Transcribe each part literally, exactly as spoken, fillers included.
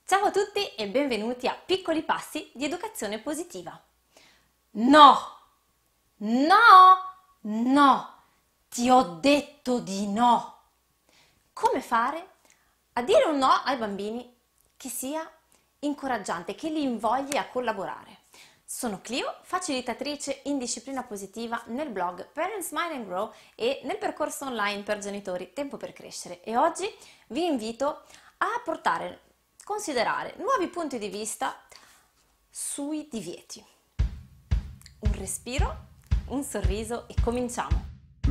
Ciao a tutti e benvenuti a Piccoli Passi di Educazione Positiva. No, no, no, ti ho detto di no. Come fare a dire un no ai bambini che sia incoraggiante, che li invogli a collaborare? Sono Clio, facilitatrice in disciplina positiva nel blog Parents Smile and Grow e nel percorso online per genitori Tempo per Crescere, e oggi vi invito a portare considerare nuovi punti di vista sui divieti. Un respiro, un sorriso e cominciamo!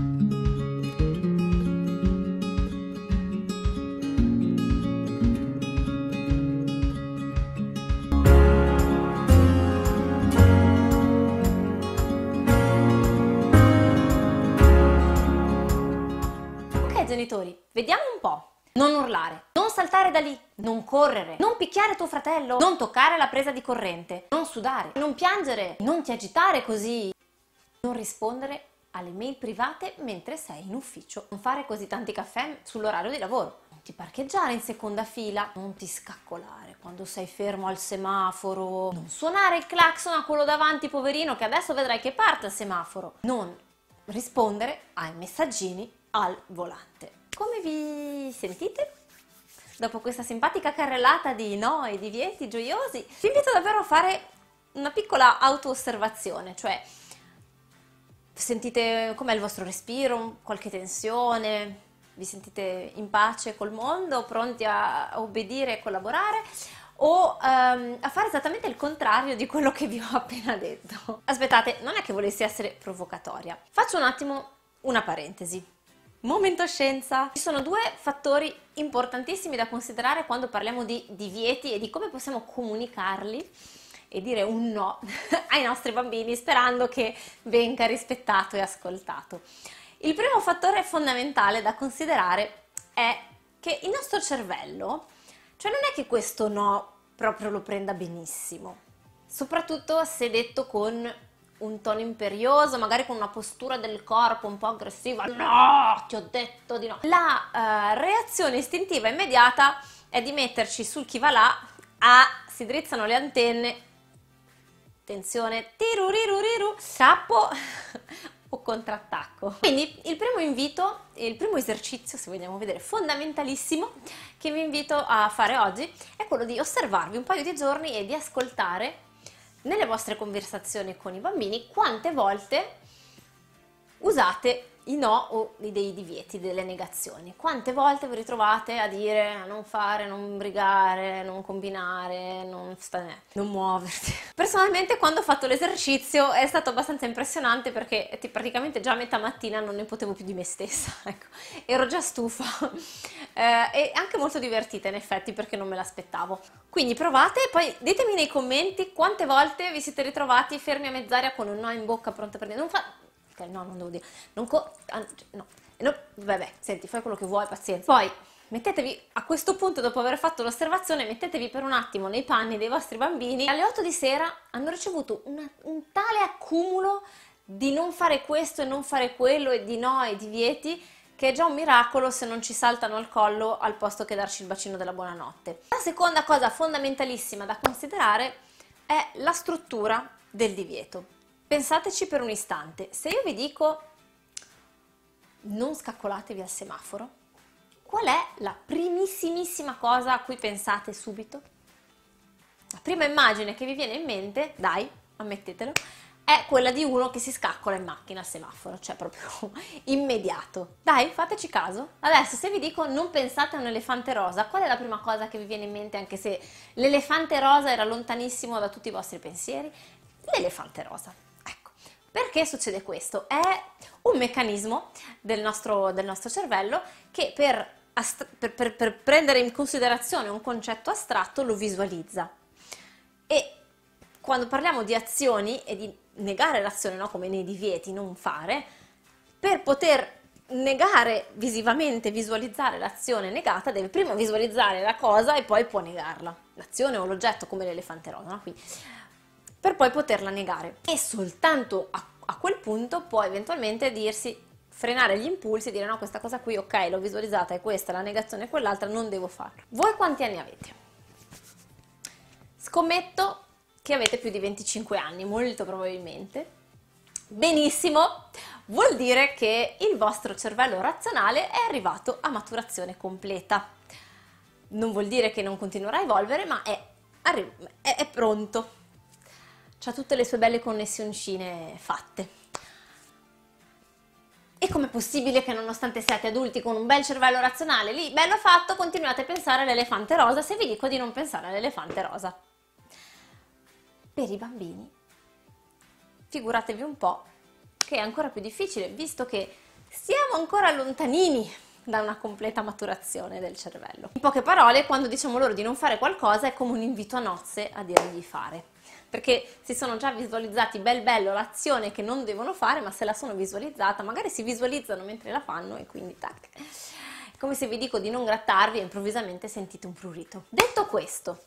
Ok genitori, vediamo un po'. Non urlare, non saltare da lì, non correre, non picchiare tuo fratello, non toccare la presa di corrente, non sudare, non piangere, non ti agitare così, non rispondere alle mail private mentre sei in ufficio, non fare così tanti caffè sull'orario di lavoro, non ti parcheggiare in seconda fila, non ti scaccolare quando sei fermo al semaforo, non suonare il clacson a quello davanti poverino che adesso vedrai che parte il semaforo, non rispondere ai messaggini al volante. Come vi sentite? Dopo questa simpatica carrellata di no e divieti gioiosi, vi invito davvero a fare una piccola auto-osservazione, cioè sentite com'è il vostro respiro, qualche tensione, vi sentite in pace col mondo, pronti a obbedire e collaborare, o um, a fare esattamente il contrario di quello che vi ho appena detto. Aspettate, non è che volessi essere provocatoria, faccio un attimo una parentesi. Momento scienza! Ci sono due fattori importantissimi da considerare quando parliamo di divieti e di come possiamo comunicarli e dire un no ai nostri bambini sperando che venga rispettato e ascoltato. Il primo fattore fondamentale da considerare è che il nostro cervello, cioè non è che questo no proprio lo prenda benissimo, soprattutto se detto con un tono imperioso, magari con una postura del corpo un po' aggressiva. No, ti ho detto di no. La uh, reazione istintiva immediata è di metterci sul chi va là, ah, si drizzano le antenne, tensione, tiruriruriru, capo o contrattacco. Quindi il primo invito, il primo esercizio, se vogliamo vedere, fondamentalissimo, che vi invito a fare oggi è quello di osservarvi un paio di giorni e di ascoltare nelle vostre conversazioni con i bambini quante volte usate i no o dei divieti, delle negazioni. Quante volte vi ritrovate a dire a non fare, non brigare, non combinare, non, stare, non muoverti. Personalmente quando ho fatto l'esercizio è stato abbastanza impressionante perché praticamente già a metà mattina non ne potevo più di me stessa, ecco. Ero già stufa eh, e anche molto divertita in effetti perché non me l'aspettavo. Quindi provate e poi ditemi nei commenti quante volte vi siete ritrovati fermi a mezz'aria con un no in bocca pronta per dire non fa... no, non devo dire, non co... no, no, vabbè, senti, fai quello che vuoi, pazienza. Poi mettetevi, a questo punto, dopo aver fatto l'osservazione, mettetevi per un attimo nei panni dei vostri bambini. Alle otto di sera hanno ricevuto una, un tale accumulo di non fare questo e non fare quello e di no e divieti che è già un miracolo se non ci saltano al collo al posto che darci il bacino della buonanotte. La seconda cosa fondamentalissima da considerare è la struttura del divieto. Pensateci per un istante, se io vi dico non scaccolatevi al semaforo, qual è la primissimissima cosa a cui pensate subito? La prima immagine che vi viene in mente, dai, ammettetelo, è quella di uno che si scaccola in macchina al semaforo, cioè proprio immediato. Dai, fateci caso. Adesso se vi dico non pensate a un elefante rosa, qual è la prima cosa che vi viene in mente anche se l'elefante rosa era lontanissimo da tutti i vostri pensieri? L'elefante rosa. Perché succede questo? È un meccanismo del nostro, del nostro cervello che per, per, per, per prendere in considerazione un concetto astratto lo visualizza. E quando parliamo di azioni e di negare l'azione, no? Come nei divieti, non fare, per poter negare visivamente, visualizzare l'azione negata, deve prima visualizzare la cosa e poi può negarla. L'azione o l'oggetto come l'elefante rosa, no? Quindi, per poi poterla negare e soltanto a, a quel punto può eventualmente dirsi, frenare gli impulsi e dire no, questa cosa qui ok, l'ho visualizzata, è questa, la negazione è quell'altra, non devo farlo. Voi quanti anni avete? Scommetto che avete più di venticinque anni, molto probabilmente. Benissimo, vuol dire che il vostro cervello razionale è arrivato a maturazione completa. Non vuol dire che non continuerà a evolvere, ma è, è, è pronto. C'ha tutte le sue belle connessioncine fatte. E com'è possibile che nonostante siate adulti con un bel cervello razionale, lì bello fatto, continuate a pensare all'elefante rosa se vi dico di non pensare all'elefante rosa? Per i bambini, figuratevi un po' che è ancora più difficile, visto che siamo ancora lontanini da una completa maturazione del cervello. In poche parole, quando diciamo loro di non fare qualcosa è come un invito a nozze a dirgli di fare, perché si sono già visualizzati bel bello l'azione che non devono fare, ma se la sono visualizzata, magari si visualizzano mentre la fanno e quindi tac. È come se vi dico di non grattarvi e improvvisamente sentite un prurito. Detto questo,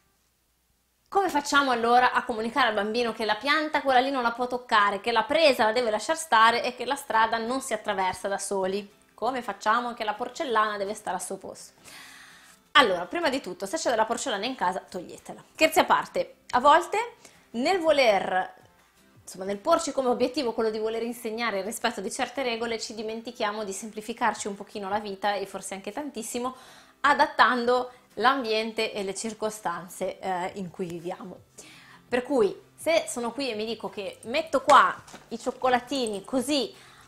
come facciamo allora a comunicare al bambino che la pianta quella lì non la può toccare, che la presa la deve lasciare stare e che la strada non si attraversa da soli? Come facciamo che la porcellana deve stare al suo posto? Allora, prima di tutto, se c'è della porcellana in casa, toglietela. Scherzi a parte, a volte nel voler, insomma nel porci come obiettivo quello di voler insegnare il rispetto di certe regole, ci dimentichiamo di semplificarci un pochino la vita e forse anche tantissimo, adattando l'ambiente e le circostanze eh, in cui viviamo. Per cui se sono qui e mi dico che metto qua i cioccolatini così,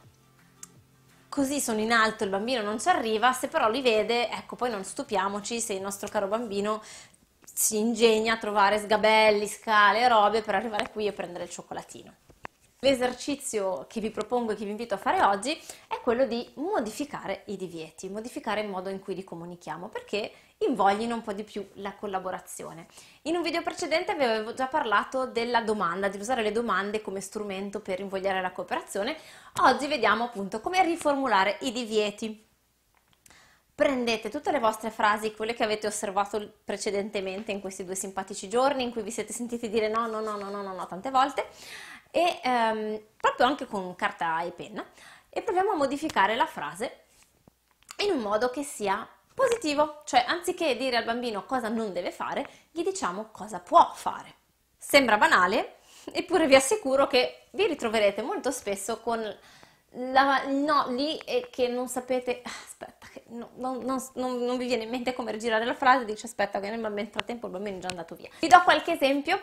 così sono in alto, il bambino non ci arriva, se però li vede, ecco, poi non stupiamoci se il nostro caro bambino si ingegna a trovare sgabelli, scale e robe per arrivare qui e prendere il cioccolatino. L'esercizio che vi propongo e che vi invito a fare oggi è quello di modificare i divieti, modificare il modo in cui li comunichiamo, perché invoglino un po' di più la collaborazione. In un video precedente vi avevo già parlato della domanda, di usare le domande come strumento per invogliare la cooperazione. Oggi vediamo appunto come riformulare i divieti. Prendete tutte le vostre frasi, quelle che avete osservato precedentemente in questi due simpatici giorni, in cui vi siete sentiti dire no, no, no, no, no, no, no tante volte, e ehm, proprio anche con carta e penna, e proviamo a modificare la frase in un modo che sia positivo, cioè anziché dire al bambino cosa non deve fare, gli diciamo cosa può fare. Sembra banale, eppure vi assicuro che vi ritroverete molto spesso con la no lì e che non sapete, aspetta, che no, non, non, non, non vi viene in mente come rigirare la frase, dice aspetta che nel frattempo il bambino è già andato via. Vi do qualche esempio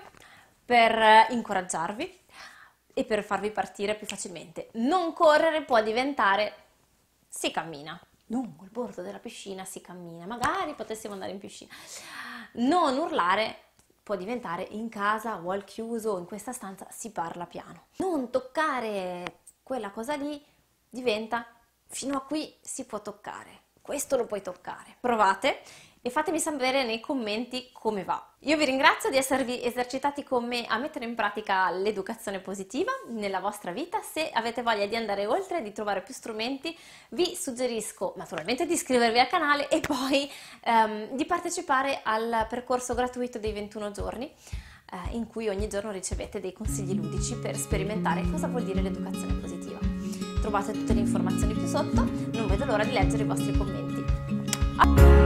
per incoraggiarvi e per farvi partire più facilmente. Non correre può diventare si cammina. Lungo il bordo della piscina si cammina, magari potessimo andare in piscina. Non urlare può diventare in casa o al chiuso o in questa stanza si parla piano. Non toccare quella cosa lì diventa fino a qui si può toccare, questo lo puoi toccare. Provate e fatemi sapere nei commenti come va. Io vi ringrazio di esservi esercitati con me a mettere in pratica l'educazione positiva nella vostra vita. Se avete voglia di andare oltre, di trovare più strumenti, vi suggerisco naturalmente di iscrivervi al canale e poi ehm, di partecipare al percorso gratuito dei ventuno giorni eh, in cui ogni giorno ricevete dei consigli ludici per sperimentare cosa vuol dire l'educazione positiva. Trovate tutte le informazioni più sotto, non vedo l'ora di leggere i vostri commenti.